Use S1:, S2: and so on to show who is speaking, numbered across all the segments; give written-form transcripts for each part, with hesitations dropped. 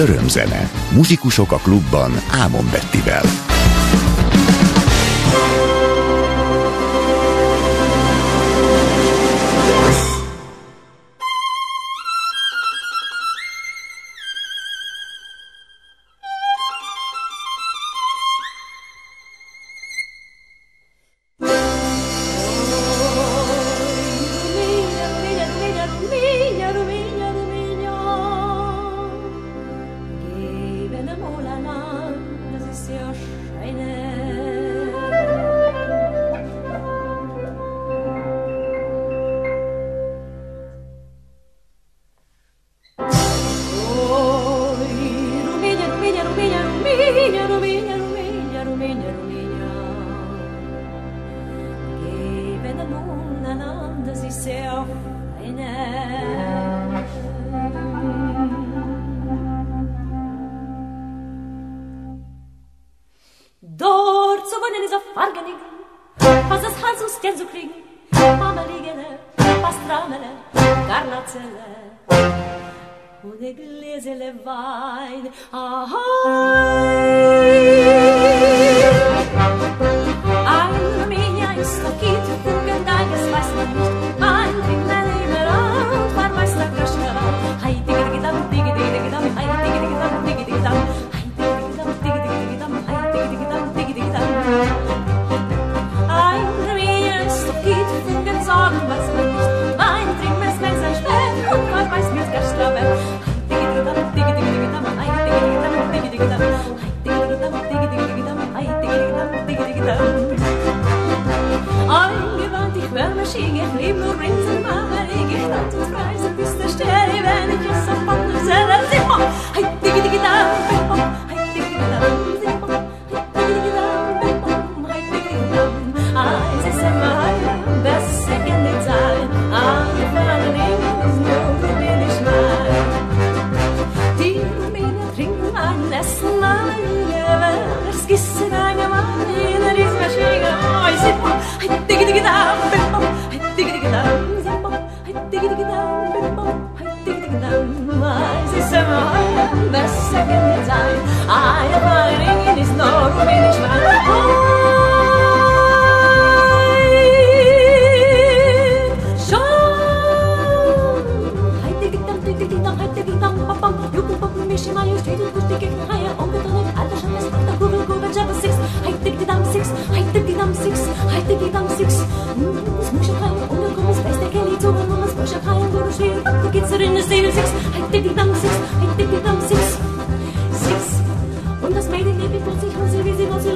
S1: Örömzene. Muzsikusok a klubban Ámon Bettivel.
S2: Dort zu wohnen ist auf Fargenigen, was das Hals aus Stern zu kriegen, Mameligene, Pastramele, Garnazelle, und ein Gläsele Wein, Ein Rumänia ist doch geht, Fungen, deines weiß man nicht, ein Trink, mein Leben, und war Meister Kaschkara, hei, digidam, digidam, hei, digidam, digidam, Ein Rumänia ist doch geht, Fungen, sagen, weiß man nicht, mein Trink, mein Smeck, sein Schlepp, und war weiß mit Kaschkara, Eingewandt, ich wärme Schiege, ich lebe nur rings und Mama, ich stand und reise bis der Sterne, wenn ich es auf Pfanne selber Zimmer, hei, digidam, bim-bom, hei, digidam, Zimmer, hei, digidam, bim-bom, hei, digidam, es ist immer heil, besser kann nicht sein, angefangen ist nur für wenig mein. Die Rumänen trinken ein, essen ein, es gissen eine Mann, jeder ist mir schwieger, hei, Zimmer, hei, digidam, bim-bom, hei, digidam, Zimmer, hei, digidam, bim-bom, hei, digidam, es ist immer heil, besser kann nicht sein, angefangen ist nur für wenig mein. Und das Mädchen lebt plötzlich und sie wie sie los,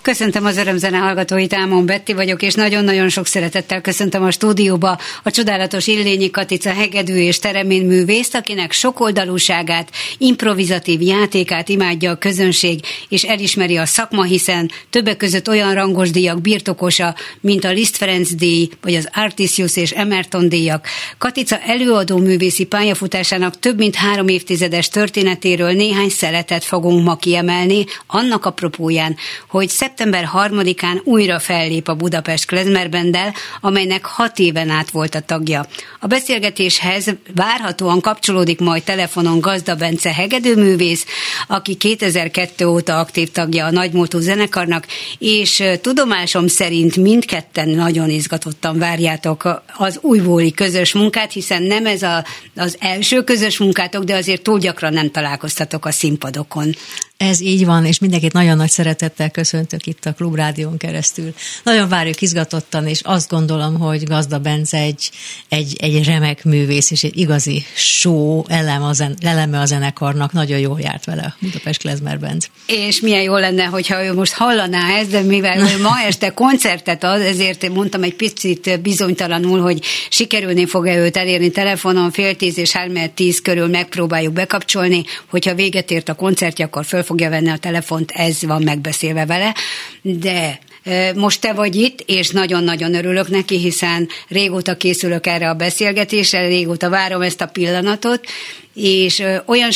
S3: Köszöntöm az örömzene hallgatóit, Ámon Betti vagyok, és nagyon-nagyon sok szeretettel köszöntöm a stúdióba a csodálatos Illényi Katica hegedű és tereménművészt, akinek sokoldalúságát, improvizatív játékát imádja a közönség, és elismeri a szakma, hiszen többek között olyan rangos díjak birtokosa, mint a Liszt Ferenc díj, vagy az Artisius és Emerton díjak. Katica előadó művészi pályafutásának több mint 3 évtizedes történetéről néhány szeletet fogunk ma kiemelni, annak apropóján, hogy szeptember 3-án újra fellép a Budapest Klezmer-benddel, amelynek 6 éven át volt a tagja. A beszélgetéshez várhatóan kapcsolódik majd telefonon Gazda Bence hegedűművész, aki 2002 óta aktív tagja a Nagymúltú zenekarnak, és tudomásom szerint mindketten nagyon izgatottan várjátok az újbóli közös munkát, hiszen nem ez az első közös munkátok, de azért túl gyakran nem találkoztatok a színpadokon.
S4: Ez így van, és mindenkit nagyon nagy szeretettel köszöntök itt a Klubrádión keresztül. Nagyon várjuk izgatottan, és azt gondolom, hogy Gazda Bence egy remek művész, és egy igazi show eleme a zenekarnak. Nagyon jól járt vele a Budapest Klezmer Band.
S3: És milyen jó lenne, hogyha ő most hallaná ezt, de mivel ő ma este koncertet ad, ezért mondtam egy picit bizonytalanul, hogy sikerülni fog-e őt elérni telefonon, 9:30 és 3:10 körül megpróbáljuk bekapcsolni, hogyha véget ért a koncertje, akkor föl fogja venni a telefont, ez van megbeszélve vele, de most te vagy itt, és nagyon-nagyon örülök neki, hiszen régóta készülök erre a beszélgetésre, régóta várom ezt a pillanatot, és olyan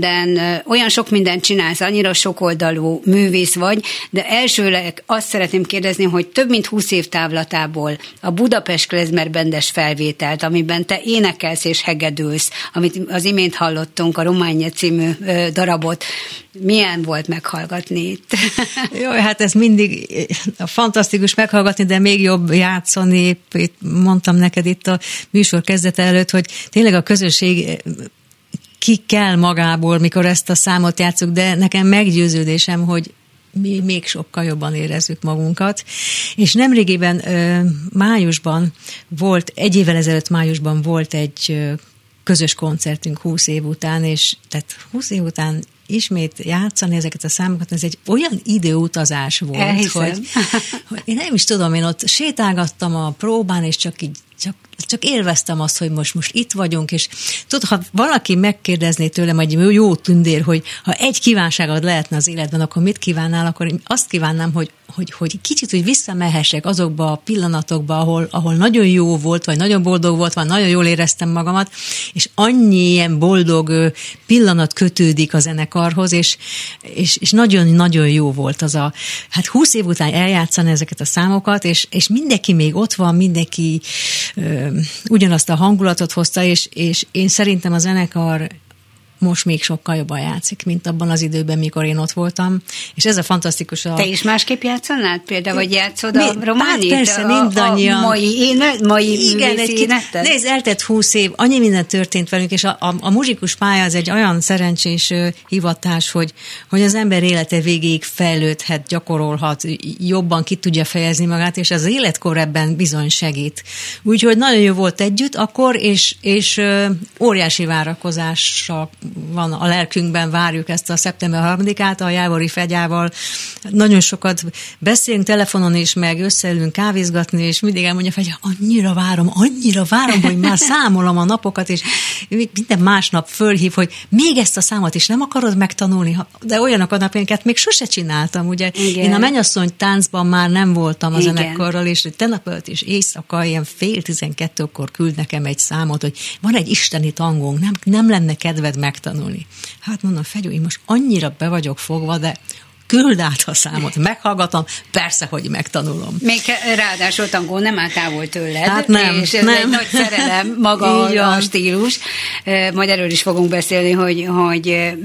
S3: sok mindent csinálsz, annyira sokoldalú művész vagy, de elsőleg azt szeretném kérdezni, hogy több mint 20 év távlatából a Budapest Klezmer Bandes felvételt, amiben te énekelsz és hegedülsz, amit az imént hallottunk, a Románja című darabot, milyen volt meghallgatni itt?
S4: Jó, hát ez mindig fantasztikus meghallgatni, de még jobb játszani. Itt mondtam neked itt a műsor kezdete előtt, hogy tényleg a közösség ki kell magából, mikor ezt a számot játszuk, de nekem meggyőződésem, hogy mi még sokkal jobban érezzük magunkat. És nemrégiben májusban volt, 1 évvel ezelőtt májusban volt egy közös koncertünk 20 év után, és tehát 20 év után ismét játszani ezeket a számokat, ez egy olyan időutazás volt, hogy én nem is tudom, én ott sétálgattam a próbán, és csak élveztem azt, hogy most itt vagyunk, és tudod, ha valaki megkérdezné tőlem, egy jó tündér, hogy ha egy kívánságod lehetne az életben, akkor mit kívánnál, akkor én azt kívánnám, hogy kicsit úgy visszamehessek azokba a pillanatokba, ahol nagyon jó volt, vagy nagyon boldog volt, vagy nagyon jól éreztem magamat, és annyi ilyen boldog pillanat kötődik a zenekarhoz, és nagyon-nagyon jó volt az hát 20 év után eljátszani ezeket a számokat, és mindenki még ott van, mindenki ugyanazt a hangulatot hozta, és én szerintem a zenekar most még sokkal jobban játszik, mint abban az időben, mikor én ott voltam. És ez a fantasztikus.
S3: Te is másképp játszanád például, vagy játszod a Románit?
S4: Hát persze, mindannyian.
S3: A mai
S4: igen, nézd, eltett 20 év, annyi minden történt velünk, és a muzsikus pálya az egy olyan szerencsés hivatás, hogy az ember élete végéig fejlődhet, gyakorolhat, jobban ki tudja fejezni magát, és az életkor ebben bizony segít. Úgyhogy nagyon jó volt együtt akkor, és óriási várakozással van a lelkünkben, várjuk ezt a szeptember 3-át a Jávori Fegyával. Nagyon sokat beszélünk telefonon is, meg összeülünk kávézgatni, és mindig elmondja, hogy annyira várom, hogy már számolom a napokat, és minden másnap fölhív, hogy még ezt a számot is nem akarod megtanulni, de olyanok a napjánkat még sose csináltam, ugye. Igen. Én a Mennyasszony táncban már nem voltam a zenekarral, és tegnap előtt is éjszaka, ilyen 11:30-kor küld nekem egy számot, hogy van egy isteni tangónk, nem lenne kedved megtanulni. Hát mondom, Fegyó, én most annyira be vagyok fogva, de küld át a számot, meghallgatom, persze, hogy megtanulom.
S3: Még ráadásul tangó nem áll távol tőled,
S4: hát nem,
S3: és ez egy nagy szerelem maga a stílus. Majd erről is fogunk beszélni, hogy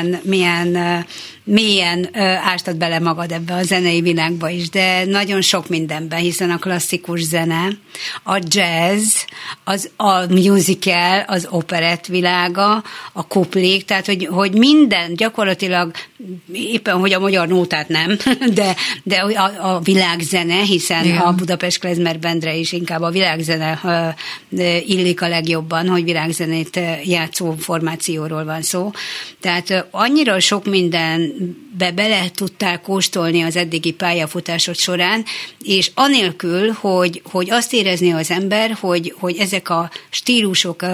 S3: milyen ástad bele magad ebbe a zenei világba is, de nagyon sok mindenben, hiszen a klasszikus zene, a jazz, a musical, az operett világa, a kuplék, tehát hogy minden gyakorlatilag, éppen hogy a magyar nótát nem, de a világzene, hiszen igen. A Budapest Klezmer Bandre is inkább a világzene illik a legjobban, hogy világzenét játszó formációról van szó. Tehát annyira sok minden mindenbe bele tudtál kóstolni az eddigi pályafutásod során, és anélkül, hogy azt érezni az ember, hogy ezek a stílusok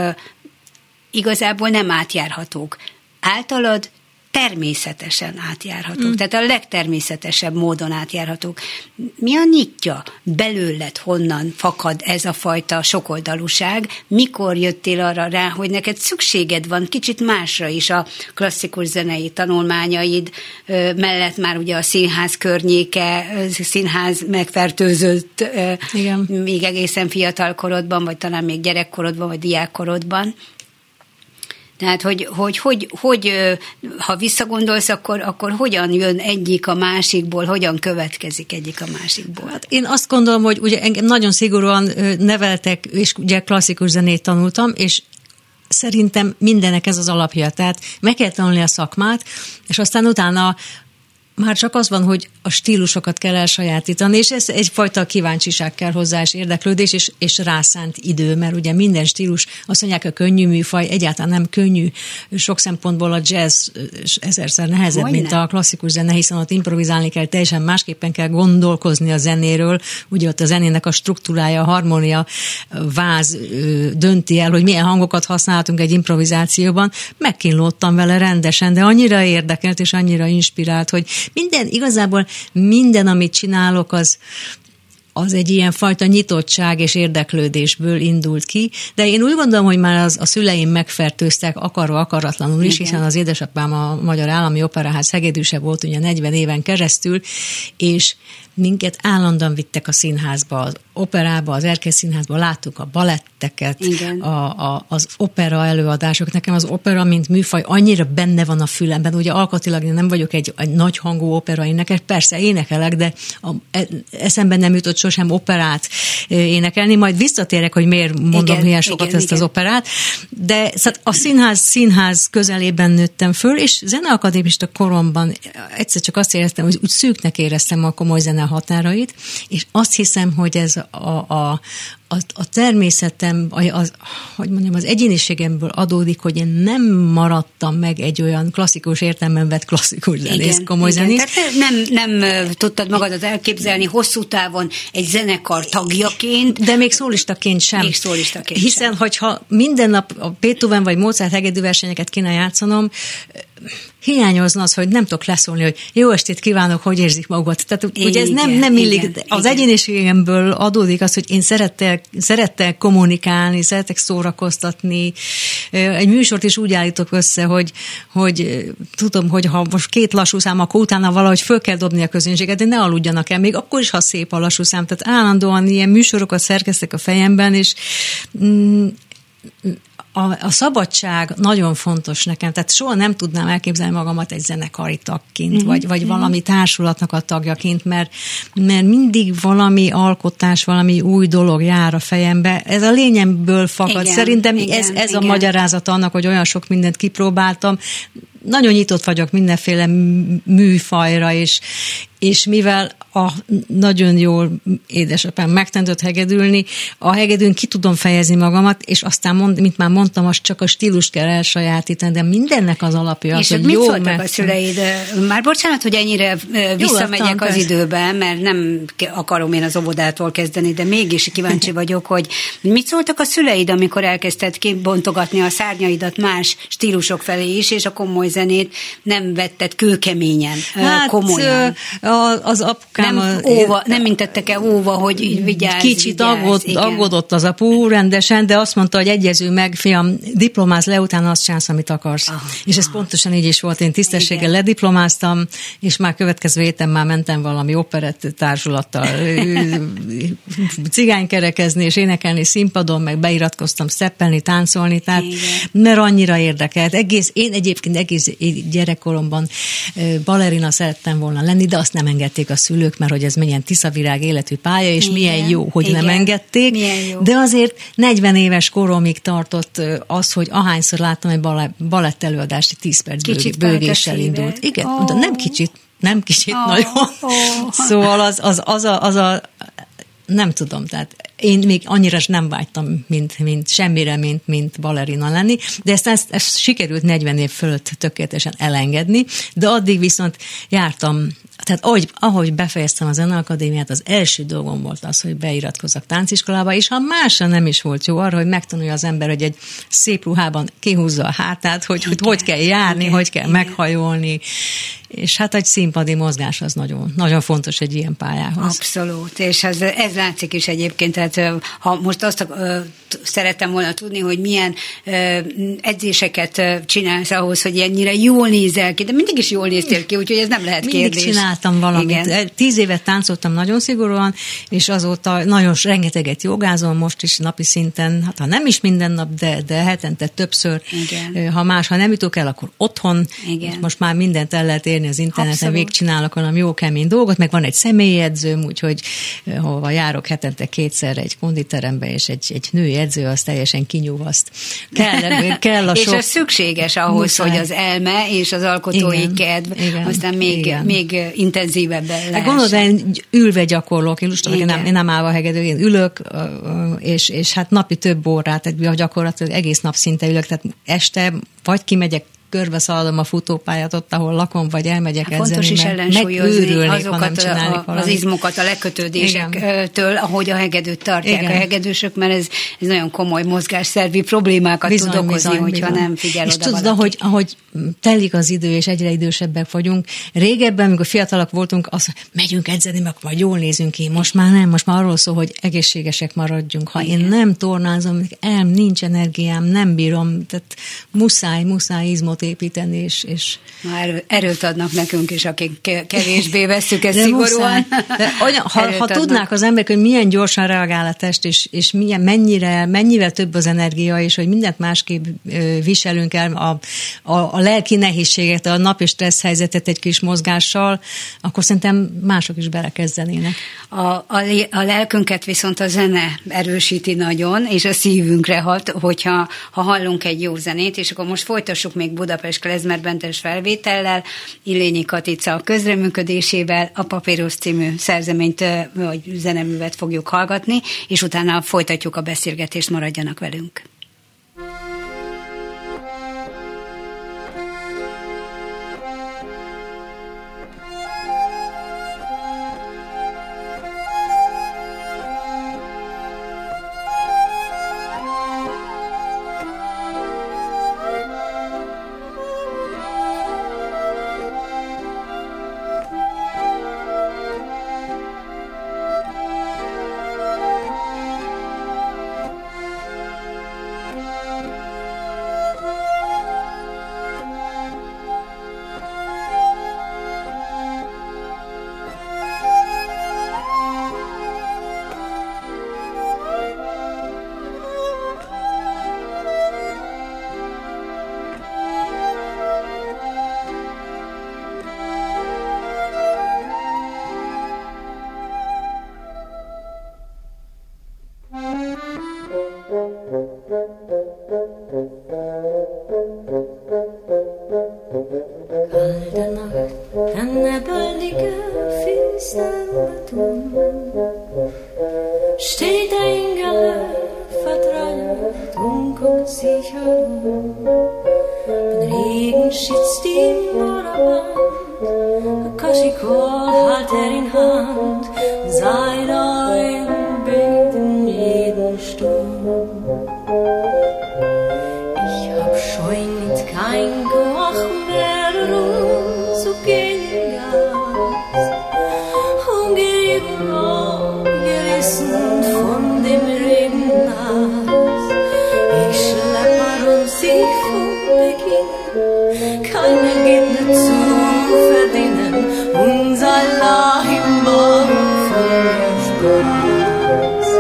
S3: igazából nem átjárhatók. Általad természetesen átjárhatók, tehát a legtermészetesebb módon átjárhatók. Mi a nyitja? Belőled honnan fakad ez a fajta sokoldalúság? Mikor jöttél arra rá, hogy neked szükséged van kicsit másra is a klasszikus zenei tanulmányaid mellett, már ugye a színház környéke, színház megfertőzött még egészen fiatal korodban, vagy talán még gyerekkorodban, vagy diákkorodban. Tehát, hogy ha visszagondolsz, akkor hogyan jön egyik a másikból, hogyan következik egyik a másikból?
S4: Hát én azt gondolom, hogy ugye engem nagyon szigorúan neveltek, és ugye klasszikus zenét tanultam, és szerintem mindennek ez az alapja. Tehát meg kell tanulni a szakmát, és aztán utána már csak az van, hogy a stílusokat kell elsajátítani, és ez egyfajta kíváncsiság kell hozzá, és érdeklődés, és rászánt idő, mert ugye minden stílus, azt mondják, a könnyű műfaj, egyáltalán nem könnyű. Sok szempontból a jazz ezerszer nehezebb, mint a klasszikus zene, hiszen ott improvizálni kell, teljesen másképpen kell gondolkozni a zenéről, ugye ott a zenének a struktúrája, a harmónia váz dönti el, hogy milyen hangokat használhatunk egy improvizációban. Megkínlódtam vele rendesen, de annyira érdekelt, és annyira inspirált, hogy igazából minden, amit csinálok, az egy ilyen fajta nyitottság és érdeklődésből indult ki, de én úgy gondolom, hogy már a szüleim megfertőztek akarva, akaratlanul is, hiszen az édesapám a Magyar Állami Operaház hegedűse volt ugye 40 éven keresztül, és minket állandóan vittek a színházba, az operába, az Erkel Színházba, láttuk a baletteket, az opera előadások. Nekem az opera, mint műfaj, annyira benne van a fülemben. Ugye alkatilag nem vagyok egy nagy hangú opera énekes, persze énekelek, de eszemben nem jutott sosem operát énekelni. Majd visszatérek, hogy miért mondom ilyen sokat ezt az operát. De a színház közelében nőttem föl, és zeneakadémista koromban egyszer csak azt éreztem, hogy úgy szűknek éreztem a komoly zene határait, és azt hiszem, hogy ez a természetem, az egyéniségemből adódik, hogy én nem maradtam meg egy olyan klasszikus értelemben vett klasszikus zenész, komoly zenész.
S3: Tehát nem tudtad magadat elképzelni hosszú távon egy zenekar tagjaként.
S4: De még szólistaként sem. Hiszen, hogyha minden nap a Beethoven vagy Mozart hegedűversenyeket kéne játszanom, hiányozna az, hogy nem tudok leszólni, hogy jó estét kívánok, hogy érzik magukat. Tehát ugye ez nem illik. Az egyéniségemből adódik az, hogy én szerettek kommunikálni, szeretek szórakoztatni. Egy műsort is úgy állítok össze, hogy tudom, hogy ha most 2 lassú szám, akkor utána valahogy föl kell dobni a közönséget, de ne aludjanak el, még akkor is, ha szép a lassú szám. Tehát állandóan ilyen műsorokat szerkeztek a fejemben, és a szabadság nagyon fontos nekem, tehát soha nem tudnám elképzelni magamat egy zenekari tagként, vagy valami társulatnak a tagjaként, mert mindig valami alkotás, valami új dolog jár a fejembe. Ez a lényemből fakad. Szerintem ez a magyarázata annak, hogy olyan sok mindent kipróbáltam. Nagyon nyitott vagyok mindenféle műfajra, és mivel nagyon jól édesapám megtanult hegedülni, a hegedűn ki tudom fejezni magamat, és aztán, mint már mondtam, azt csak a stílust kell elsajátítani, de mindennek az alapja az, hogy
S3: mit szóltak a szüleid? Már bocsánat, hogy ennyire visszamegyek az időben, mert nem akarom én az óvodától kezdeni, de mégis kíváncsi vagyok, hogy mit szóltak a szüleid, amikor elkezdted kibontogatni a szárnyaidat más stílusok felé is, és a komoly zenét nem vetted kőkeményen, komolyan.
S4: Az apukám...
S3: Nem intettek el óva, hogy vigyázz.
S4: Kicsit aggódott az apu rendesen, de azt mondta, hogy egyezünk meg, fiam, diplomázz le, utána azt csinálsz, amit akarsz. És ez pontosan így is volt. Én tisztességgel lediplomáztam, és már következő héten már mentem valami operett társulattal cigánykerekezni, és énekelni színpadon, meg beiratkoztam szeppelni, táncolni, tehát mert annyira érdekelt. Én egyébként egész gyerekkoromban balerina szerettem volna lenni, de azt nem engedték a szülők, mert hogy ez milyen tiszavirág életű pálya, és milyen jó, hogy nem engedték. De azért 40 éves koromig tartott az, hogy ahányszor láttam egy balett előadást, 10 perc bőgéssel indult. Igen, de nem kicsit nagyon. Szóval az a nem tudom, tehát én még annyira nem vágytam, mint semmire, mint balerina lenni, de ezt sikerült 40 év fölött tökéletesen elengedni, de addig viszont jártam. Tehát ahogy befejeztem a Zeneakadémiát, az első dolgom volt az, hogy beiratkozzak tánciskolába, és ha másra nem is volt jó arra, hogy megtanulja az ember, hogy egy szép ruhában kihúzza a hátát, hogy kell járni, hogy kell meghajolni, és hát egy színpadi mozgás az nagyon, nagyon fontos egy ilyen pályához.
S3: Abszolút, és ez látszik is egyébként, tehát ha most azt szerettem volna tudni, hogy milyen edzéseket csinálsz ahhoz, hogy ennyire jól nézel ki, de mindig is jól néztél ki, úgyhogy ez nem lehet kérdés.
S4: Mindig csináltam valamit. Igen. 10 évet táncoltam nagyon szigorúan, és azóta nagyon rengeteget jogázom, most is napi szinten, hát ha nem is minden nap, de hetente többször. Igen. Ha nem jutok el, akkor otthon. Igen. Most már mindent el lehet érni az interneten, végigcsinálok valami jó kemény dolgot, meg van egy személyi edzőm, úgyhogy hova járok hetente 2-szer egy konditerembe, és egy női edző, az teljesen kinyúvaszt. Kell a
S3: és
S4: sok...
S3: ez szükséges ahhoz, muszáj. Hogy az elme és az alkotói kedv aztán még intenzívebben lehessen.
S4: Gondolod, én ülve gyakorlok, én nem állva hegedő, én ülök, és hát napi több órát, tehát gyakorlatilag egész nap szinte ülök, tehát este vagy kimegyek, körbe szaladom a futópályát ott, ahol lakom, vagy elmegyek edzeni,
S3: fontos is ellensúlyozni azokat az izmokat a lekötődésektől, ahogy a hegedőt tartják a hegedűsök, mert ez nagyon komoly mozgásszervi problémákat tud okozni, hogyha nem figyel oda valaki. És tudod,
S4: ahogy telik az idő, és egyre idősebbek vagyunk, régebben, amikor fiatalak voltunk, megyünk edzeni, meg majd jól nézünk ki. Most már nem, most már arról szól, hogy egészségesek maradjunk. Ha én nem tornázom, nincs energiám, nem bírom, tehát muszáj izmot építeni, és...
S3: Erőt adnak nekünk is, akik kevésbé vesszük ezt szigorúan.
S4: Ha tudnák az emberek, hogy milyen gyorsan reagál a test, és mennyivel több az energia, és hogy mindent másképp viselünk el a lelki nehézséget, a napi stressz helyzetet egy kis mozgással, akkor szerintem mások is belekezdenének.
S3: A lelkünket viszont a zene erősíti nagyon, és a szívünkre hat, hogyha hallunk egy jó zenét, és akkor most folytassuk még Budapest klezmerbentes felvétellel, Illényi Katica közreműködésével, a Papírusz című szerzeményt vagy zeneművet fogjuk hallgatni, és utána folytatjuk a beszélgetést, maradjanak velünk.
S2: Steht ein verträumt, dunkel sich herum. Der Regen schützt die Mauerwand, Kaschikol hat in Hand, sein Augen bilden jeden Sturm. Ich hab schon mit kein Geruch mehr rumzugehen im Gas. Gerissen von dem Regen nass. Ich schlepper und sie vom Beginn. Keiner geht nicht zu verdienen. Unser Allah im Morgen von mir Spaß.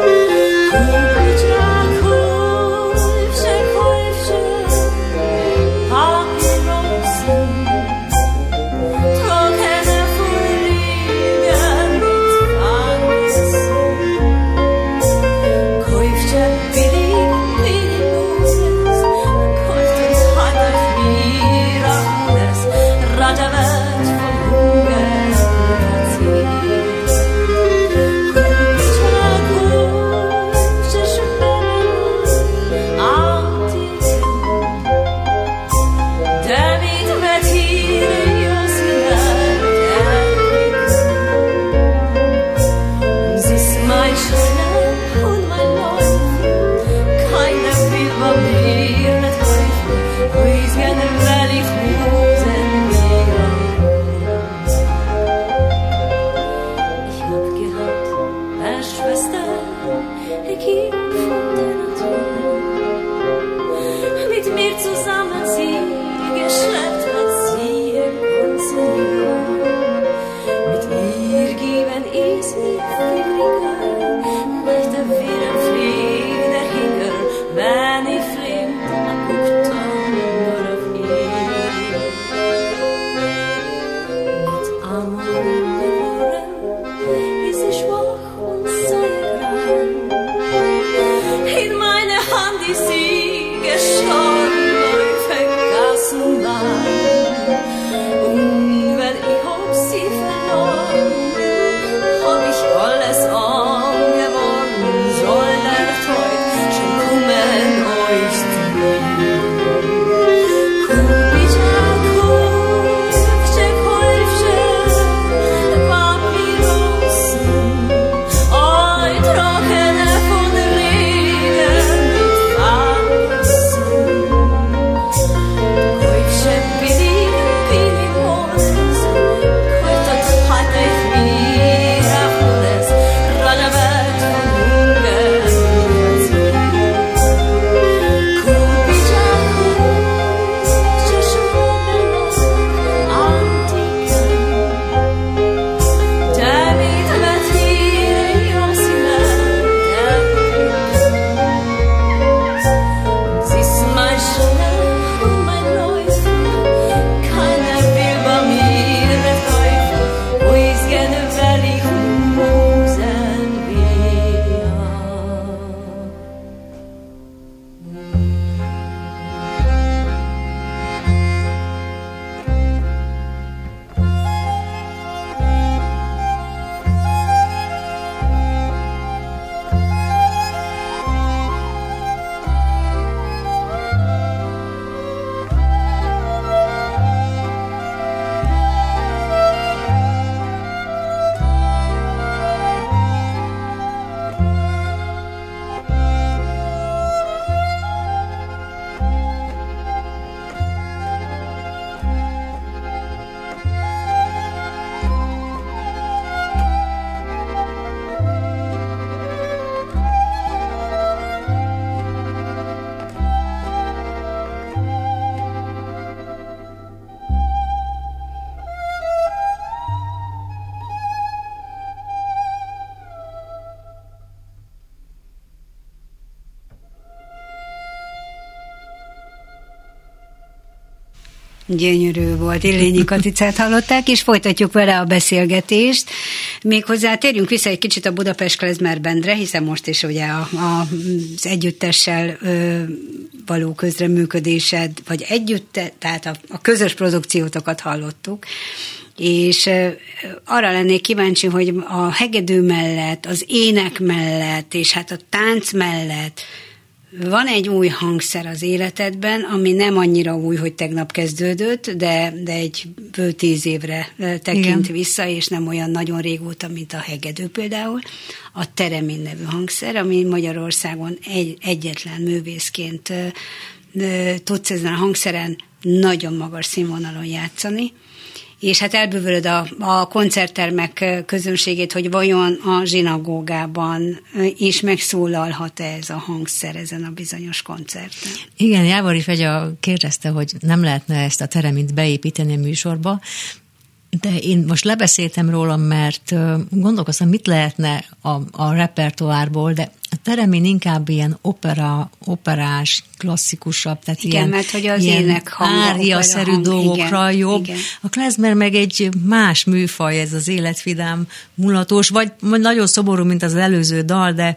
S2: Be die Siege schon neu vergessen war. Und wenn ich hab sie verloren, hab ich alles angewonnen, soll der Tod schon kommen euch zu mir.
S3: Gyönyörű volt, Illényi Katicát hallották, és folytatjuk vele a beszélgetést. Méghozzá térjünk vissza egy kicsit a Budapest Klezmer Bandre, hiszen most is ugye az együttessel való közreműködésed, vagy együtt, tehát a közös produkciótokat hallottuk. És arra lennék kíváncsi, hogy a hegedű mellett, az ének mellett, és hát a tánc mellett van egy új hangszer az életedben, ami nem annyira új, hogy tegnap kezdődött, de egy bő 10 évre tekint igen. vissza, és nem olyan nagyon régóta, mint a hegedű például. A Theremin nevű hangszer, ami Magyarországon egyetlen művészként tudsz ezen a hangszeren nagyon magas színvonalon játszani. És hát elbűvölöd a koncerttermek közönségét, hogy vajon a zsinagógában is megszólalhat ez a hangszer ezen a bizonyos koncerten.
S4: Igen, Jávari Fegya kérdezte, hogy nem lehetne ezt a Theremint beépíteni a műsorba, de én most lebeszéltem róla, mert gondolkoztam, mit lehetne a repertoárból, de a Theremin inkább ilyen operás, klasszikusabb, tehát
S3: igen,
S4: ilyen,
S3: mert hogy az
S4: ilyen áriaszerű dolgokra igen, jobb. Igen. A klezmer meg egy más műfaj, ez az életvidám mulatós, vagy nagyon szomorú, mint az előző dal, de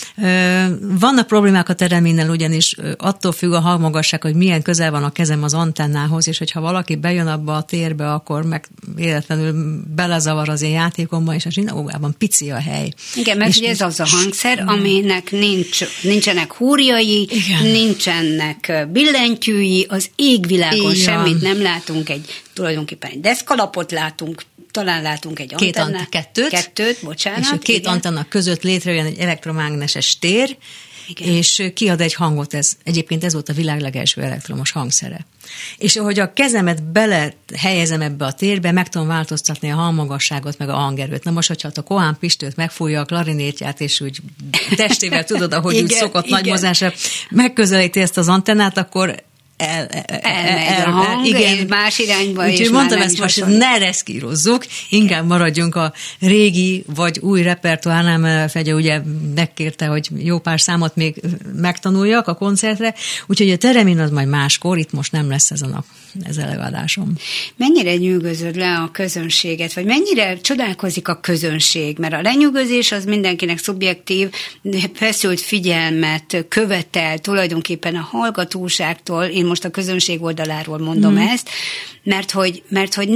S4: vannak problémák a Thereminnel, ugyanis attól függ a hangmagasság, hogy milyen közel van a kezem az antennához, és hogyha valaki bejön abba a térbe, akkor meg véletlenül belezavar az én játékomban, és a zsinagógában pici a hely.
S3: Igen, mert ugye ez az a hangszer, aminek nincsenek húrjai, igen. nincsenek billentyűi, az égvilágon semmit nem látunk, tulajdonképpen egy deszkalapot látunk, talán látunk egy antennát. Kettőt, bocsánat.
S4: És a két antenna között létrejön egy elektromágneses tér, igen. és kiad egy hangot. Egyébként ez volt a világ legelső elektromos hangszere. És ahogy a kezemet bele helyezem ebbe a térbe, meg tudom változtatni a hangmagasságot, meg a hangerőt. Na most, hogyha a Kohán Pistőt megfújja a klarinétját, és úgy testével tudod, ahogy igen, úgy szokott igen. nagy mozgásra, megközelíti ezt az antennát, akkor
S3: elmegy a hang, igen, és más irányba,
S4: úgyhogy
S3: és
S4: mondtam, ezt most ne reszkírozzuk, inkább maradjunk a régi vagy új repertoárnál, mert Fegye ugye megkérte, hogy jó pár számot még megtanuljak a koncertre, úgyhogy a Teremin az majd máskor, itt most nem lesz ez a előadásom.
S3: Mennyire nyűgözöd le a közönséget, vagy mennyire csodálkozik a közönség? Mert a lenyűgözés az mindenkinek szubjektív, feszült figyelmet követel tulajdonképpen a hallgatóságtól, én most a közönség oldaláról mondom ezt, mert hogy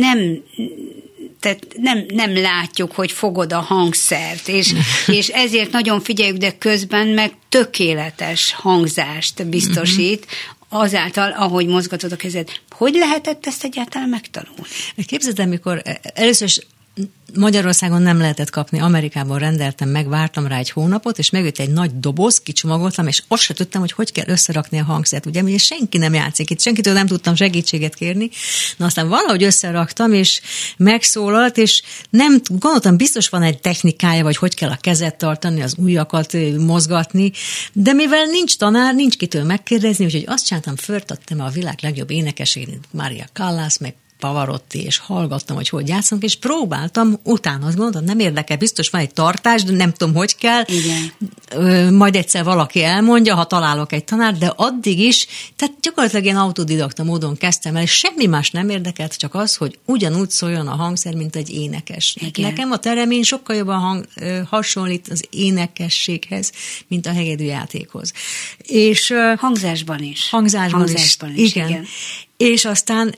S3: nem látjuk, hogy fogod a hangszert, és ezért nagyon figyeljük, de közben meg tökéletes hangzást biztosít, azáltal, ahogy mozgatod a kezed. Hogy lehetett ezt egyáltalán megtanulni?
S4: Képzeld el, mikor először is Magyarországon nem lehetett kapni, Amerikában rendeltem meg, vártam rá egy hónapot, és megjött egy nagy doboz, kicsomagoltam, és azt se tudtam, hogy kell összerakni a hangszert. Ugye senki nem játszik itt, senkitől nem tudtam segítséget kérni. Na aztán valahogy összeraktam, és megszólalt, és nem gondoltam, biztos van egy technikája, vagy hogy kell a kezet tartani, az ujjakat mozgatni, de mivel nincs tanár, nincs kitől megkérdezni, úgyhogy azt csináltam, föltettem a világ legjobb énekesét, Maria Callas, meg Pavarotti, és hallgattam, hogy játszanak, és próbáltam, utána azt gondoltam, nem érdekel, biztos van egy tartás, de nem tudom, hogy kell. Igen. Majd egyszer valaki elmondja, ha találok egy tanár, de addig is, tehát gyakorlatilag ilyen autodidakta módon kezdtem el, és semmi más nem érdekelt, csak az, hogy ugyanúgy szóljon a hangszer, mint egy énekes. Nekem a Teremin sokkal jobban hasonlít az énekességhez, mint a hegedűjátékhoz. És
S3: hangzásban is.
S4: Hangzásban is. Igen. És aztán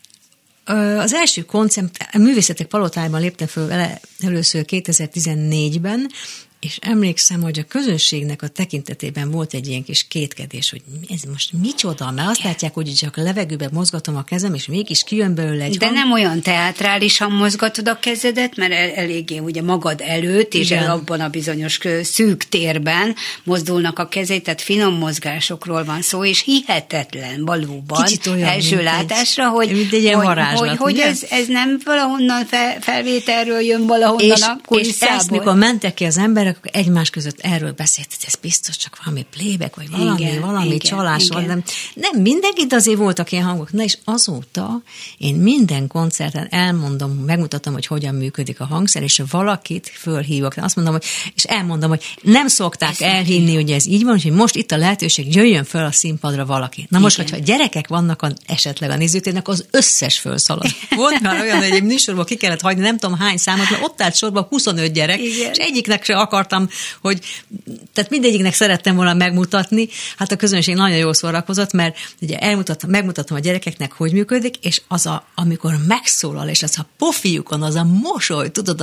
S4: az első koncert, a Művészetek Palotájában léptem föl először 2014-ben, és emlékszem, hogy a közönségnek a tekintetében volt egy ilyen kis kétkedés, hogy ez most micsoda, mert azt látják, hogy csak a levegőben mozgatom a kezem, és mégis kijön belőle egy hang.
S3: Nem olyan teátrálisan mozgatod a kezedet, mert eléggé ugye magad előtt, és abban a bizonyos szűk térben mozdulnak a kezét, tehát finom mozgásokról van szó, és hihetetlen valóban első látásra, hogy ez nem valahonnan felvételről jön, valahonnan a kulisszából.
S4: És ezt, mikor mentek ki az emberek, akkor egymás között erről beszélt, hogy ez biztos csak valami playback, vagy valami csalás van. Nem mindenki, de azért voltak ilyen hangok. Na és azóta én minden koncerten elmondom, megmutatom, hogy hogyan működik a hangszer, és valakit fölhívok. Azt mondom, és elmondom, hogy nem szokták elhinni, hogy ez így van, hogy most itt a lehetőség, jöjjön föl a színpadra valaki. Na most, hogyha gyerekek vannak esetleg a nézőtérnek, az összes fölszalad. Volt már olyan, hogy egy műsorból ki kellett hagyni, nem tudom hány számot, mert ott állt sorban 25 gyerek, és egyiknek se akartam, hogy tehát mindegyiknek szerettem volna megmutatni, hát a közönség nagyon jól szórakozott, mert ugye megmutattam a gyerekeknek, hogy működik, és amikor megszólal, és az a pofiukon, az a mosoly, tudod,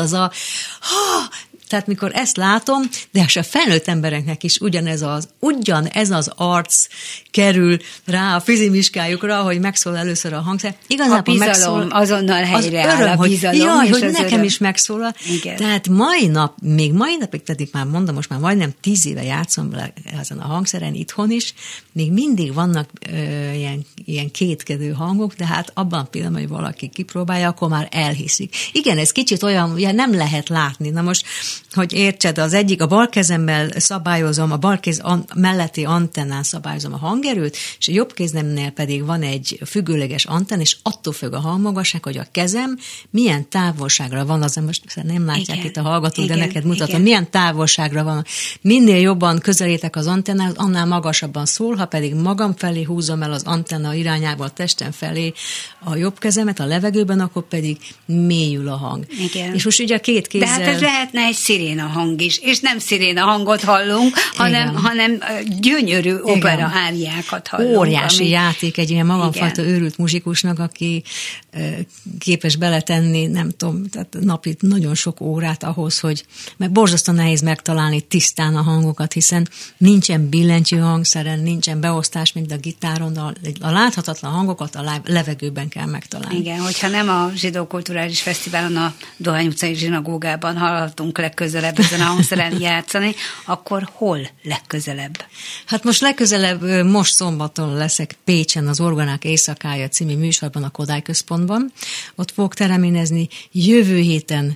S4: tehát mikor ezt látom, de a felnőtt embereknek is ugyanez az arc kerül rá a fizimiskájukra, hogy megszól először a hangszer. Igazából
S3: a bizalom azonnal helyre áll a bizalom.
S4: Hogy nekem is megszólal. Igen. Tehát mai napig, pedig már mondom, most már majdnem 10 éve játszom ezen a hangszeren itthon is, még mindig vannak ilyen kétkedő hangok, de hát abban a pillanatban, hogy valaki kipróbálja, akkor már elhiszik. Igen, ez kicsit olyan, ugye nem lehet látni. Na most, hogy értsed, a bal kezemmel szabályozom, a bal kéz melletti antennán szabályozom a hangerőt, és a jobb kézemnél pedig van egy függőleges antenn, és attól függ a hangmagasság, hogy a kezem milyen távolságra van, az most nem látják itt a hallgatók, de neked mutatom, milyen távolságra van. Minél jobban közelítek az antennához, annál magasabban szól, ha pedig magam felé húzom el az antenna irányába a testem felé a jobb kezemet a levegőben, akkor pedig mélyül a hang. Igen. És most ugye a két kézzel...
S3: De hát ez lehetne egy sziréna hang is, és nem sziréna hangot hallunk, hanem gyönyörű opera áriákat hallunk.
S4: Óriási játék egy ilyen magamfajta őrült muzsikusnak, aki képes beletenni, nem tudom, tehát napi nagyon sok órát ahhoz, hogy mert borzasztó nehéz megtalálni tisztán a hangokat, hiszen nincsen billentyű hangszeren, nincsen beosztás, mint a gitáron, a láthatatlan hangokat a levegőben kell megtalálni.
S3: Igen, hogyha nem a Zsidó Kulturális Fesztiválon, a Dohány utcai zsinagógában hallhatunk legközelebb ezen a hangszeren játszani, akkor hol legközelebb?
S4: Hát most szombaton leszek Pécsen az Orgonák éjszakája című műsorban a Kodály Központban. Ott fogok tereminezni, jövő héten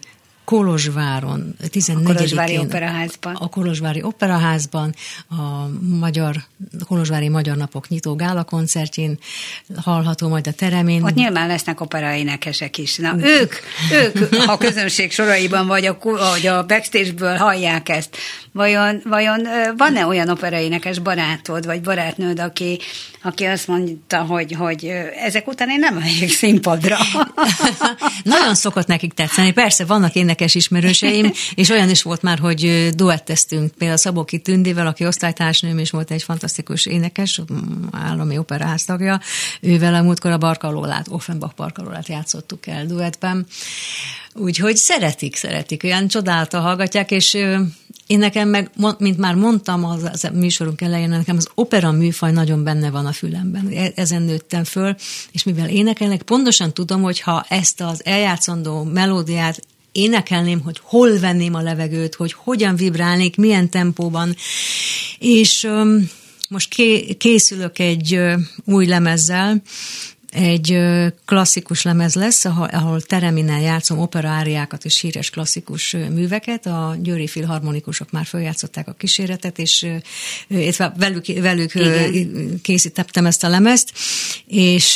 S4: Kolozsváron, 14-én a Kolozsvári Operaházban, a Kolozsvári Magyar Napok nyitó gála koncertjén hallható majd a teremén.
S3: Ott nyilván lesznek operaénekesek is. Na, ők, ha közönség soraiban vagy a backstage-ből hallják ezt, vajon van-e olyan operaénekes barátod, vagy barátnőd, aki azt mondta, hogy ezek után én nem megyek színpadra?
S4: Nagyon szokott nekik tetszeni. Persze, vannak énekes ismerőseim, és olyan is volt már, hogy duetteztünk. Például Szabóki Tündivel, aki osztálytársnőm, és volt egy fantasztikus énekes, állami operaház tagja. Ővel a múltkor a Barkalólát, Offenbach Barkalólát játszottuk el duettben. Úgyhogy szeretik, olyan csodáltal hallgatják, és én nekem meg, mint már mondtam az műsorunk elején, nekem az opera műfaj nagyon benne van a fülemben. Ezen nőttem föl, és mivel énekelnek, pontosan tudom, hogy ha ezt az eljátszandó melódiát énekelném, hogy hol venném a levegőt, hogy hogyan vibrálnék, milyen tempóban, és most készülök egy új lemezzel, egy klasszikus lemez lesz, ahol tereminen játszom operaáriákat és híres klasszikus műveket. A győri filharmonikusok már följátszották a kíséretet, és velük készítettem ezt a lemezt, és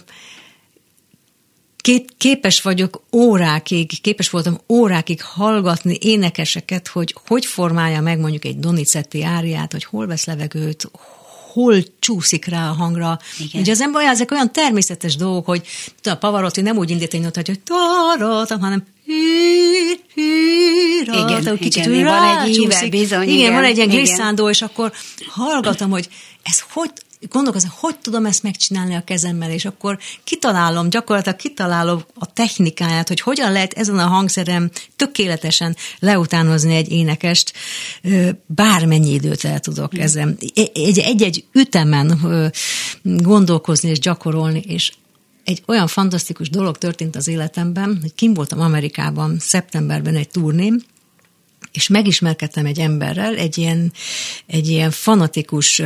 S4: képes voltam órákig hallgatni énekeseket, hogy formálja meg mondjuk egy Donizetti áriát, hogy hol vesz levegőt, hol csúszik rá a hangra. Igen. Ugye az ember ezek olyan természetes dolgok, hogy a Pavarotti nem úgy indít egy notát, hogy hanem kicsit rácsúszik. Igen, van egy ilyen glisszándó, és akkor hallgatom, hogy ez gondolkozom, hogy tudom ezt megcsinálni a kezemmel, és akkor gyakorlatilag kitalálom a technikáját, hogy hogyan lehet ezen a hangszerem tökéletesen leutánozni egy énekest, bármennyi időt el tudok ezen. Egy ütemen gondolkozni és gyakorolni, és egy olyan fantasztikus dolog történt az életemben, hogy kint voltam Amerikában szeptemberben egy turnén, és megismerkedtem egy emberrel, egy ilyen fanatikus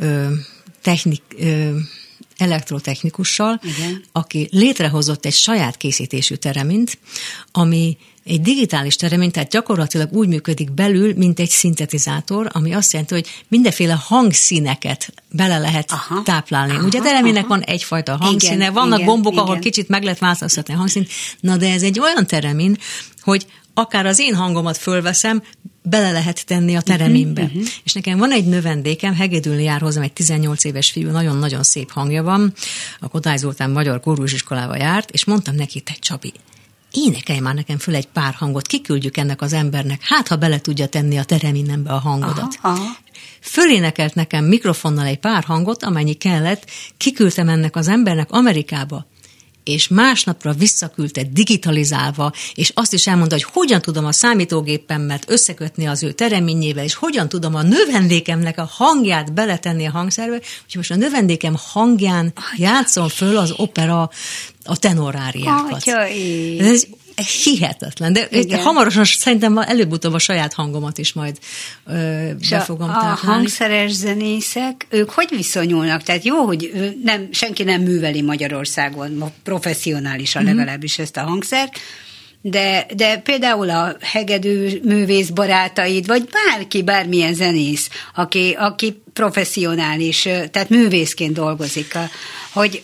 S4: elektrotechnikussal, igen, aki létrehozott egy saját készítésű teremint, ami egy digitális teremény, tehát gyakorlatilag úgy működik belül, mint egy szintetizátor, ami azt jelenti, hogy mindenféle hangszíneket bele lehet táplálni. Ugye a teremének van egyfajta hangszíne, igen, vannak gombok, igen, ahol kicsit meg lehet változtatni a hangszínt, na de ez egy olyan teremin, hogy akár az én hangomat fölveszem, bele lehet tenni a tereménbe. És nekem van egy növendékem, hegedülni jár hozzám egy 18 éves fiú, nagyon-nagyon szép hangja van, a Kodály Zoltán Magyar Kórus Iskolába járt, és mondtam neki, te Csabi, énekelj már nekem föl egy pár hangot, kiküldjük ennek az embernek, hát ha bele tudja tenni a tereminnembe a hangodat. Fölénekelt nekem mikrofonnal egy pár hangot, amennyi kellett, kiküldtem ennek az embernek Amerikába, és másnapra visszaküldte digitalizálva, és azt is elmondta, hogy hogyan tudom a számítógépemmet összekötni az ő tereményével, és hogyan tudom a növendékemnek a hangját beletenni a hangszerbe, úgyhogy most a növendékem hangján játszom föl az opera, a tenoráriákat. Ez hihetetlen, de hamarosan szerintem előbb-utóbb a saját hangomat is majd be fogom táplálni.
S3: A hangszeres zenészek, ők hogy viszonyulnak? Tehát jó, hogy senki nem műveli Magyarországon professzionálisan legalábbis ezt a hangszert, de például a hegedű művész barátaid, vagy bármilyen zenész, aki professzionális, tehát művészként dolgozik, hogy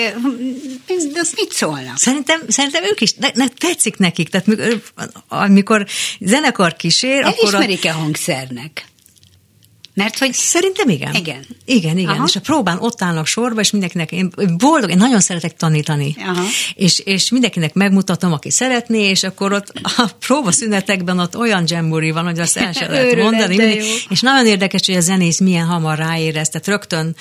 S3: mit szólnak?
S4: Szerintem ők is, tetszik nekik, tehát amikor zenekar kísér, akkor
S3: elismerik-e hangszernek? Mert hogy...
S4: Szerintem igen. Igen. És a próbán ott állnak sorba, és mindenkinek, én nagyon szeretek tanítani. És mindenkinek megmutatom, aki szeretné, és akkor ott a próbaszünetekben ott olyan dzsemburi van, hogy azt el sem lehet mondani. És nagyon érdekes, hogy a zenész milyen hamar ráérez, tehát rögtön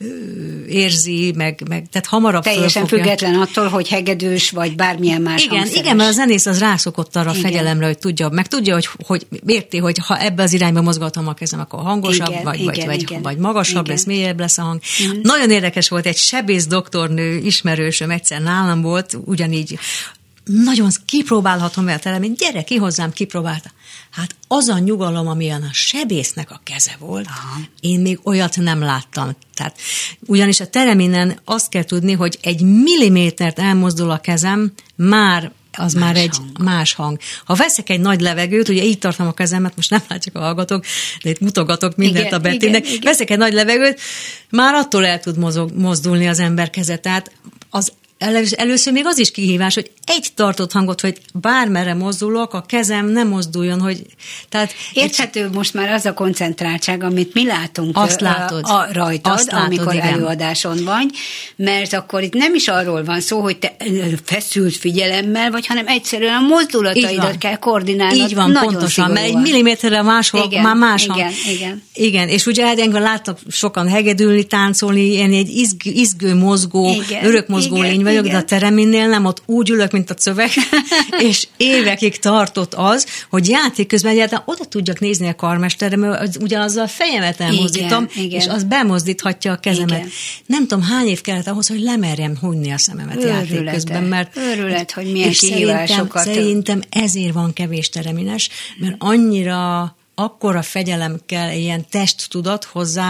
S4: érzi, meg tehát hamarabb
S3: teljesen független attól, hogy hegedűs, vagy bármilyen más hangszeres.
S4: Igen, mert a zenész az rászokott arra a fegyelemre, hogy tudja, hogy érti, hogy ha ebbe az irányba mozgatom a kezem, akkor hangosabb, vagy magasabb lesz, mélyebb lesz a hang. Nagyon érdekes volt, egy sebész doktornő ismerősöm egyszer nálam volt, ugyanígy nagyon kipróbálhatom el terem, gyere ki hozzám, kipróbálta. Hát az a nyugalom, amilyen a sebésznek a keze volt, én még olyat nem láttam. Tehát, ugyanis a tereminen azt kell tudni, hogy 1 millimétert elmozdul a kezem, már az már egy más hang. Ha veszek egy nagy levegőt, ugye így tartom a kezemet, most nem látják a hallgatók, de itt mutogatok mindent a Bettinek, veszek egy nagy levegőt, már attól el tud mozdulni az ember keze. Tehát először még az is kihívás, hogy egy tartott hangot, hogy bármerre mozdulok, a kezem nem mozduljon, hogy... Tehát
S3: érthető most már az a koncentráltság, amit mi látunk
S4: azt látod,
S3: rajtad, amikor előadáson vagy, mert akkor itt nem is arról van szó, hogy te feszült figyelemmel vagy, hanem egyszerűen a mozdulataidat kell koordinálnod.
S4: Így van, nagyon pontosan, szigorúan. Mert egy milliméterre máshol már más hang. Igen, és ugye engem láttak sokan hegedülni, táncolni, én egy izgő, mozgó, örök mozgó lény vagyok, de a tereminnél nem, ott úgy ülök, mint a szöveg, és évekig tartott az, hogy játék közben egyáltalán oda tudjak nézni a karmesterre, mert ugyanazzal a fejemet elmozdítom, és az bemozdíthatja a kezemet. Igen. Nem tudom, hány év kellett ahhoz, hogy lemerjem hunni a szememet játék közben, mert
S3: őrület, hogy milyen kihívásokat.
S4: Szerintem ezért van kevés teremines, mert annyira akkora fegyelem kell, ilyen testtudat hozzá,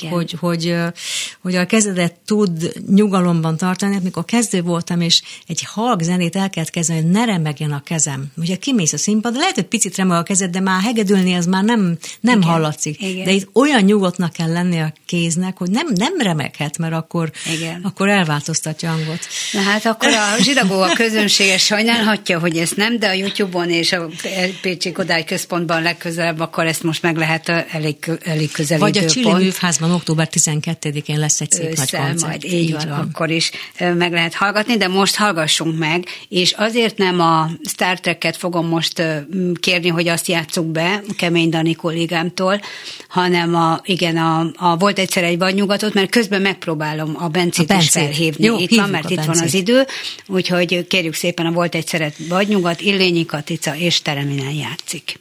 S4: hogy a kezedet tud nyugalomban tartani. Amikor kezdő voltam, és egy halk zenét el kellett kezdeni, hogy ne remegjen a kezem. Ugye kimész a színpadra, lehet, hogy picit remeg a kezed, de már hegedülni az már nem hallatszik. Igen. De itt olyan nyugodtnak kell lenni a kéznek, hogy nem remeghet, mert akkor elváltoztatja a hangot.
S3: Na hát akkor a Zsidagó a közönsége sajnálhatja, hogy ezt nem, de a YouTube-on és a Pécsi Kodály Központban legközelebb akkor ezt most meg lehet elég közel
S4: vagy időpont. Vagy a Csili Művházban október 12-én lesz egy szép nagy koncert.
S3: Majd így van, akkor is meg lehet hallgatni, de most hallgassunk meg, és azért nem a Star Trek-et fogom most kérni, hogy azt játsszuk be Kemény Dani kollégámtól, hanem volt egyszer egy vadnyugatot, mert közben megpróbálom a Bencét is felhívni. Jó, itt van, mert itt van az idő, úgyhogy kérjük szépen a Volt egyszer egy vadnyugat, Illényi Katica és Tereminen játszik.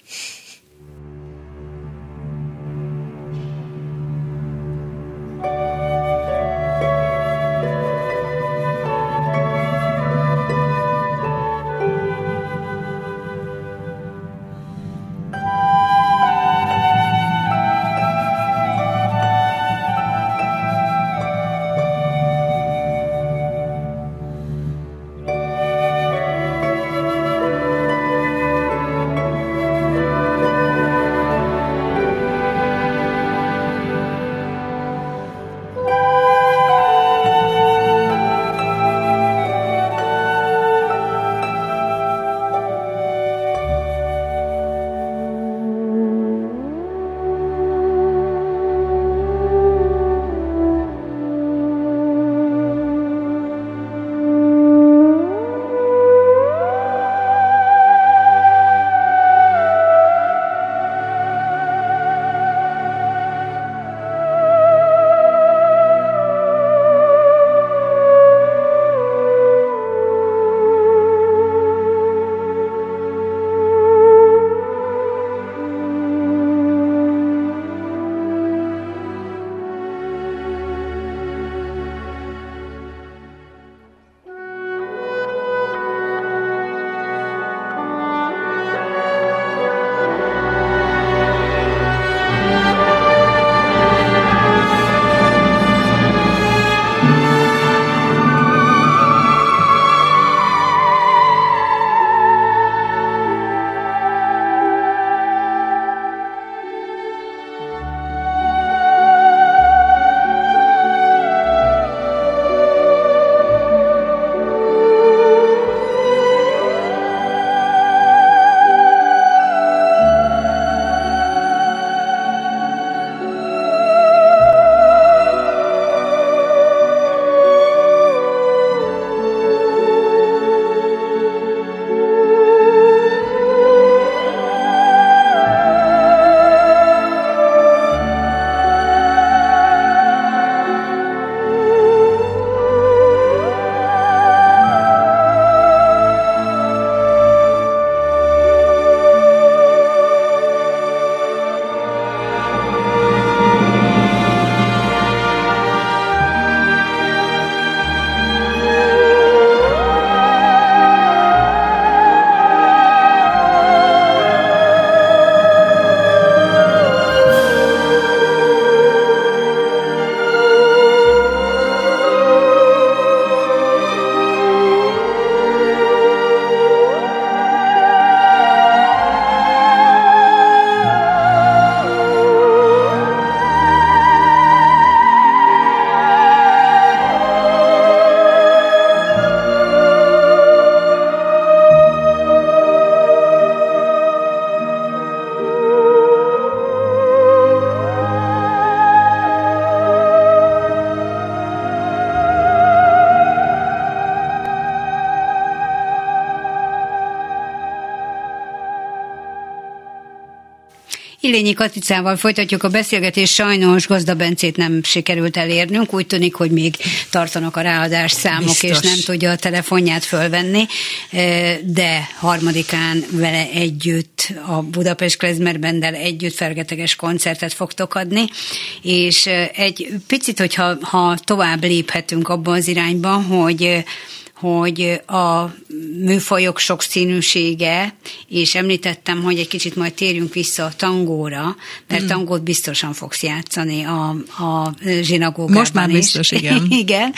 S3: Illényi Katicával folytatjuk a beszélgetést, sajnos Gazda Bencét nem sikerült elérnünk, úgy tűnik, hogy még tartanak a ráadás számok, biztos. És nem tudja a telefonját fölvenni, de 3-án vele együtt, a Budapest Klezmer Banddel együtt fergeteges koncertet fogtok adni, és egy picit, hogyha tovább léphetünk abban az irányba, hogy a műfajok sokszínűsége, és említettem, hogy egy kicsit majd térjünk vissza a tangóra, mert tangót biztosan fogsz játszani a zsinagógában.
S4: Most már biztos, igen.
S3: Igen,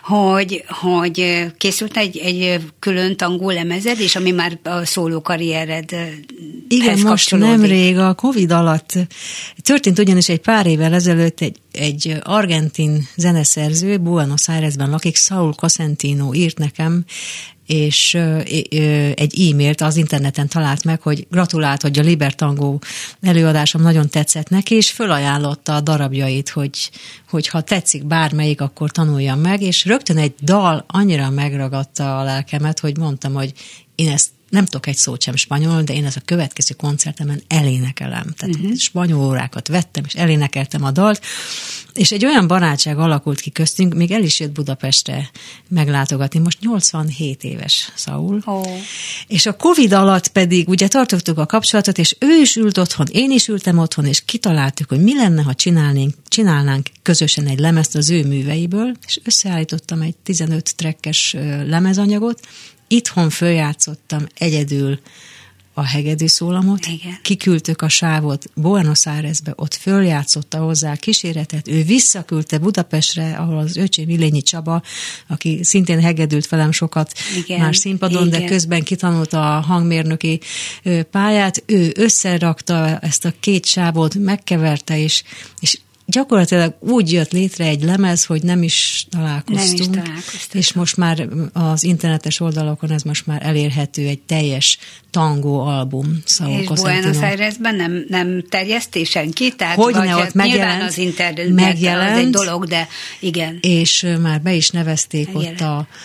S3: hogy készült egy külön tangó lemezed, és ami már a szóló karrieredhez
S4: igen, most nemrég a Covid alatt történt ugyanis egy pár évvel ezelőtt egy argentin zeneszerző, Buenos Airesben lakik, Saul Cosentino írt nekem, és egy e-mailt az interneten talált meg, hogy gratulált, hogy a Libertango előadásom nagyon tetszett neki, és fölajánlotta a darabjait, hogy ha tetszik bármelyik, akkor tanuljam meg, és rögtön egy dal annyira megragadta a lelkemet, hogy mondtam, hogy én ezt nem tudok egy szót sem spanyol, de én ezt a következő koncertemen elénekelem. Tehát spanyol órákat vettem, és elénekeltem a dalt, és egy olyan barátság alakult ki köztünk, még el is jött Budapestre meglátogatni. Most 87 éves Saul. És a Covid alatt pedig ugye tartottuk a kapcsolatot, és ő is ült otthon, én is ültem otthon, és kitaláltuk, hogy mi lenne, ha csinálnánk közösen egy lemezt az ő műveiből, és összeállítottam egy 15 trekkes lemezanyagot. Itthon följátszottam egyedül a hegedűszólamot, kiküldtük a sávot Buenos Airesbe, ott följátszotta hozzá a kíséretet, ő visszaküldte Budapestre, ahol az öcsém Illényi Csaba, aki szintén hegedült velem sokat már színpadon, de közben kitanulta a hangmérnöki pályát, ő összerakta ezt a két sávot, megkeverte, és gyakorlatilag úgy jött létre egy lemez, hogy nem is találkoztunk. És most már az internetes oldalokon ez most már elérhető, egy teljes tangó album.
S3: És Buenos Airesben nem terjesztésen ki? Tehát
S4: hogyne, ott
S3: nyilván az internet az egy dolog, de igen.
S4: És már be is nevezték ott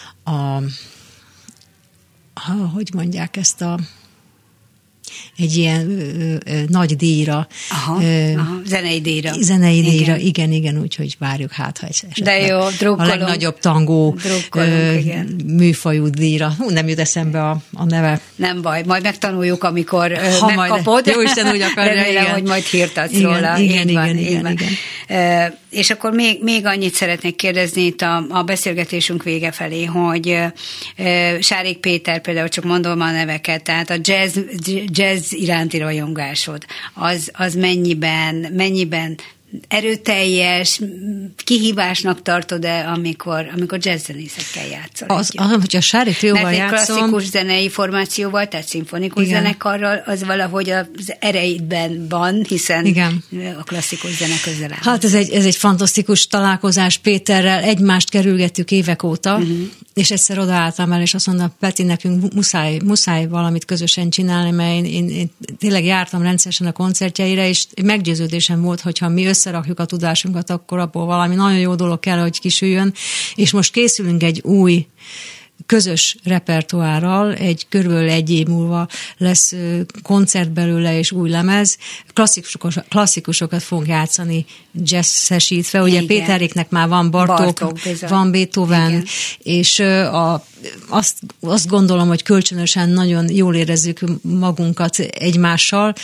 S4: hogy mondják ezt egy ilyen nagy díjra.
S3: Zenei díjra.
S4: Zenei díjra, igen, úgyhogy várjuk ha
S3: de jó, drukkolunk.
S4: A legnagyobb tangó műfajú díjra. Nem jut eszembe a neve.
S3: Nem baj, majd megtanuljuk, amikor megkapod.
S4: Jó Isten úgy akarja.
S3: Remélem, hogy majd hírt adsz róla. Igen. És akkor még annyit szeretnék kérdezni itt a beszélgetésünk vége felé, hogy Sárik Péter, például csak mondom a neveket, tehát a jazz iránti rajongásod, az mennyiben erőteljes, kihívásnak tartod-e, amikor jazzzenészekkel játszol?
S4: Hogyha Sári trióval játszom...
S3: Mert egy klasszikus zenei formációval, tehát szimfonikus zenekarral, az valahogy az ereidben van, hiszen a klasszikus zene közel áll.
S4: Hát ez egy fantasztikus találkozás Péterrel, egymást kerülgettük évek óta, és egyszer odaálltam el, és azt mondta, Peti, nekünk muszáj valamit közösen csinálni, mert én tényleg jártam rendszeresen a koncertjeire, és meggyőződésem volt, hogyha mi összerakjuk a tudásunkat, akkor abból valami nagyon jó dolog kell, hogy kisüljön, és most készülünk egy új közös repertoárral, körülbelül egy év múlva lesz koncert belőle és új lemez, klasszikusokat fogunk játszani jazzesítve, ugye Péteréknek már van Bartók van Beethoven, és azt gondolom, hogy kölcsönösen nagyon jól érezzük magunkat egymással.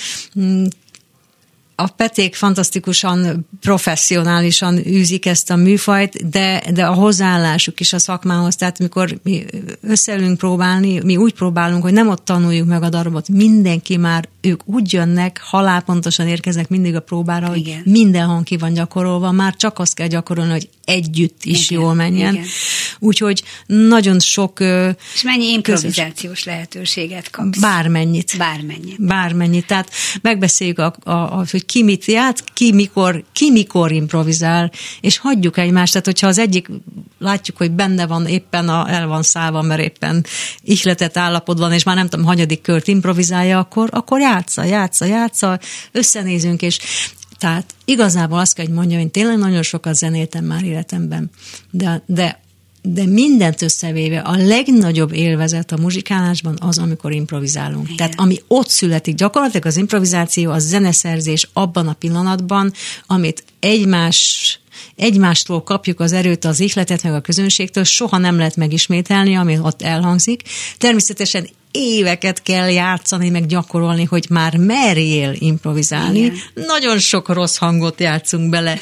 S4: A Peték fantasztikusan, professzionálisan űzik ezt a műfajt, de a hozzáállásuk is a szakmához, tehát mikor mi összeülünk próbálni, mi úgy próbálunk, hogy nem ott tanuljuk meg a darabot, mindenki már, ők úgy jönnek, halálpontosan érkeznek mindig a próbára, hogy minden hang ki van gyakorolva, már csak azt kell gyakorolni, hogy együtt is jól menjen. Úgyhogy nagyon sok...
S3: És mennyi improvizációs lehetőséget kapsz?
S4: Bármennyit. Tehát megbeszéljük, hogy ki mit játsz, ki mikor improvizál, és hagyjuk egymást. Tehát, hogyha az egyik látjuk, hogy benne van, éppen el van szállva, mert éppen ihletett állapotban, és már nem tudom, hanyadik kört improvizálja, akkor játsza, összenézünk, és tehát igazából azt kell, hogy mondjam, én tényleg nagyon sokat zenéltem már életemben, de de mindent összevéve a legnagyobb élvezet a muzsikálásban az, amikor improvizálunk. Igen. Tehát ami ott születik, gyakorlatilag az improvizáció, a zeneszerzés abban a pillanatban, amit egymástól kapjuk az erőt, az ihletet, meg a közönségtől, soha nem lehet megismételni, ami ott elhangzik. Természetesen éveket kell játszani, meg gyakorolni, hogy már merjél improvizálni. Igen. Nagyon sok rossz hangot játszunk bele,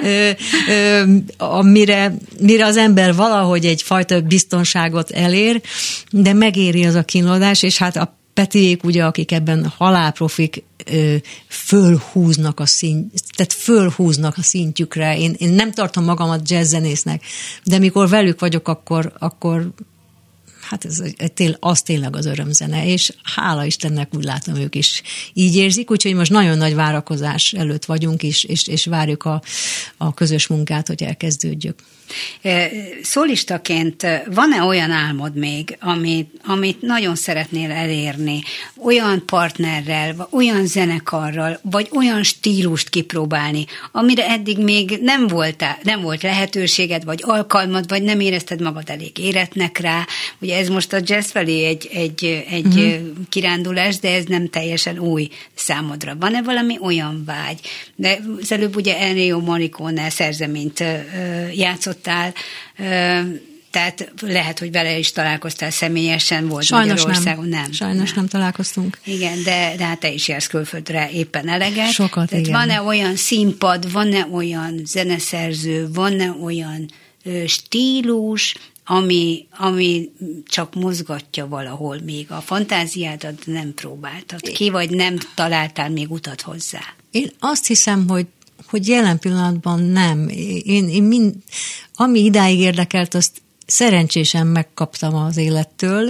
S4: mire az ember valahogy egyfajta biztonságot elér, de megéri az a kínlódás, és hát a Petiék, ugye, akik ebben halálprofik, fölhúznak a szintjükre. Én nem tartom magamat jazzzenésznek, de mikor velük vagyok, akkor hát az tényleg az örömzene, és hála Istennek úgy látom, ők is így érzik, úgyhogy most nagyon nagy várakozás előtt vagyunk, és várjuk a közös munkát, hogy elkezdődjük.
S3: Szólistaként van-e olyan álmod még, amit nagyon szeretnél elérni, olyan partnerrel, vagy olyan zenekarral, vagy olyan stílust kipróbálni, amire eddig még nem volt lehetőséged, vagy alkalmad, vagy nem érezted magad elég éretnek rá. Ugye ez most a jazz felé egy kirándulás, de ez nem teljesen új számodra. Van-e valami olyan vágy? De az előbb ugye Ennio Morricone szerzeményt játszottál, tehát lehet, hogy vele is találkoztál személyesen, volt Magyarországon?
S4: Sajnos nem találkoztunk.
S3: Igen, de hát te is jársz külföldre éppen eleget.
S4: Sokat,
S3: tehát
S4: igen.
S3: Van-e olyan színpad, van-e olyan zeneszerző, van-e olyan stílus, ami csak mozgatja valahol még a fantáziádat, nem próbáltad ki, vagy nem találtál még utat hozzá?
S4: Én azt hiszem, hogy jelen pillanatban nem. Ami idáig érdekelt, azt szerencsésen megkaptam az élettől.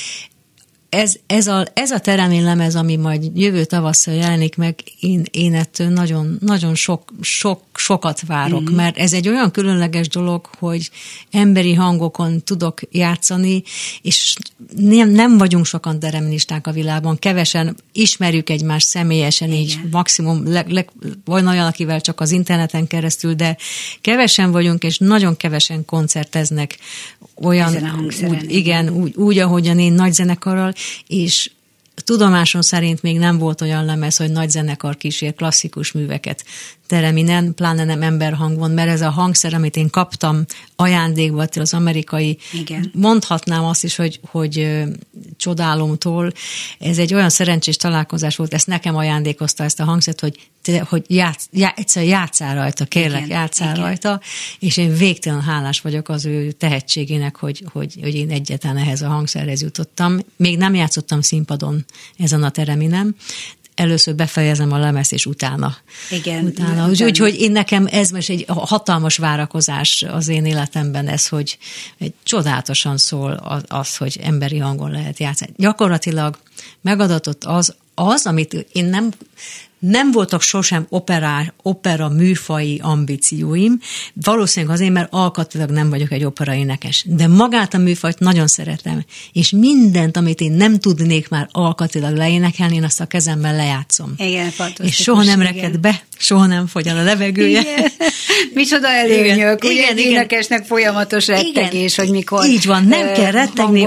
S4: Ez a tereménylemez, ami majd jövő tavasszal jelenik meg, én ettől nagyon, nagyon sokat várok, mert ez egy olyan különleges dolog, hogy emberi hangokon tudok játszani, és nem vagyunk sokan tereministák a világban, kevesen ismerjük egymást személyesen, igen. Így maximum van olyan, akivel csak az interneten keresztül, de kevesen vagyunk, és nagyon kevesen koncerteznek olyan, úgy, ahogyan én nagy zenekarral, és tudomásom szerint még nem volt olyan lemez, hogy nagy zenekar kísér klasszikus műveket tereminen, pláne nem emberhangon, mert ez a hangszer, amit én kaptam ajándékba az amerikai, igen. Mondhatnám azt is, hogy csodálomtól, ez egy olyan szerencsés találkozás volt, ezt nekem ajándékozta ezt a hangszert, hogy egyszer játsszál rajta, kérlek, igen, játsszál igen. rajta, és én végtelen hálás vagyok az ő tehetségének, hogy én egyáltalán ehhez a hangszerhez jutottam. Még nem játszottam színpadon ezen a tereminen, először befejezem a lemezt, és utána. Igen. Úgyhogy én nekem ez most egy hatalmas várakozás az én életemben ez, hogy egy csodálatosan szól az, hogy emberi hangon lehet játszani. Gyakorlatilag megadatott az, amit én nem voltak sosem opera műfaji ambícióim, valószínűleg azért, mert alkatilag nem vagyok egy operaénekes, de magát a műfajt nagyon szeretem, és mindent, amit én nem tudnék már alkatilag leénekelni, én azt a kezemmel lejátszom. Igen, és soha nem reked be, soha nem fogy el a levegője. Igen.
S3: Micsoda előnyök, ugye igen, énekesnek folyamatos rettegés, igen. Hogy mikor
S4: így van, nem kell rettegni,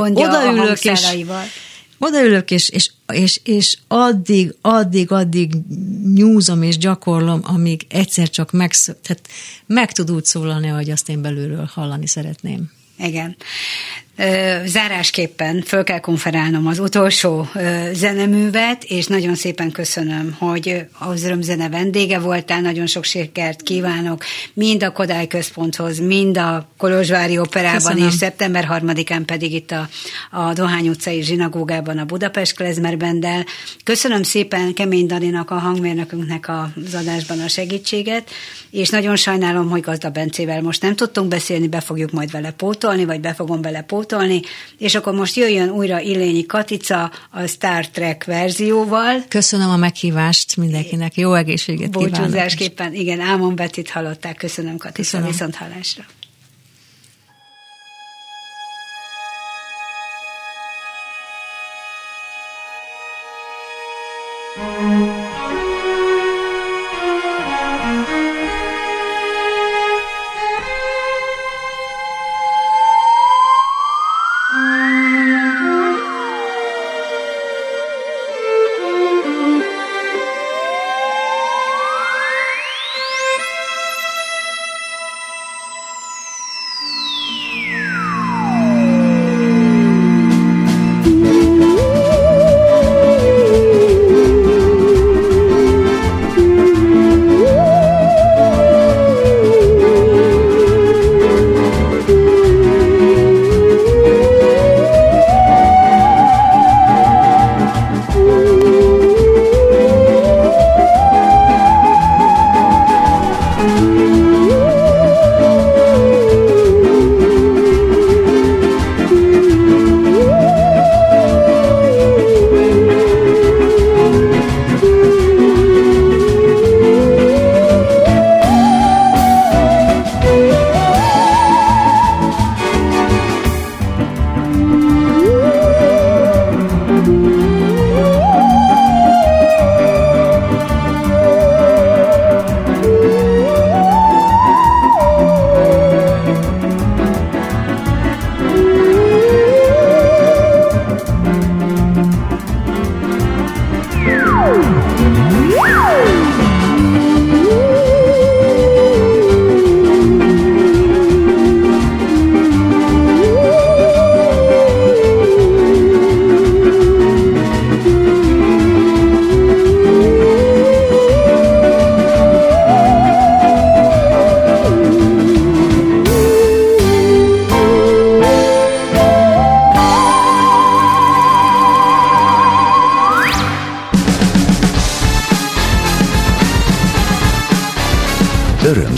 S4: odaülök, és addig nyúzom és gyakorlom, amíg egyszer csak meg tud úgy szólalni, hogy azt én belülről hallani szeretném.
S3: Igen. Zárásképpen föl kell konferálnom az utolsó zeneművet, és nagyon szépen köszönöm, hogy az Örömzene vendége voltál, nagyon sok sikert kívánok, mind a Kodály Központhoz, mind a Kolozsvári Operában, köszönöm. És szeptember 3-án pedig itt a Dohány utcai zsinagógában, a Budapest Klezmer Banddel. Köszönöm szépen Kemény Daninak, a hangmérnökünknek az adásban a segítséget, és nagyon sajnálom, hogy Gazda Bencével most nem tudtunk beszélni, be fogjuk majd vele pótolni, vagy be fogom vele pótolni, és akkor most jöjjön újra Illényi Katica a Star Trek verzióval.
S4: Köszönöm a meghívást mindenkinek, jó egészséget kívánok.
S3: Búcsúzásképpen, igen, Ámon Bettit hallották, köszönöm Katica, viszont hallásra.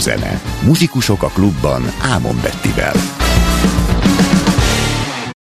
S1: zene. Muzsikusok a klubban Ámon Bettivel.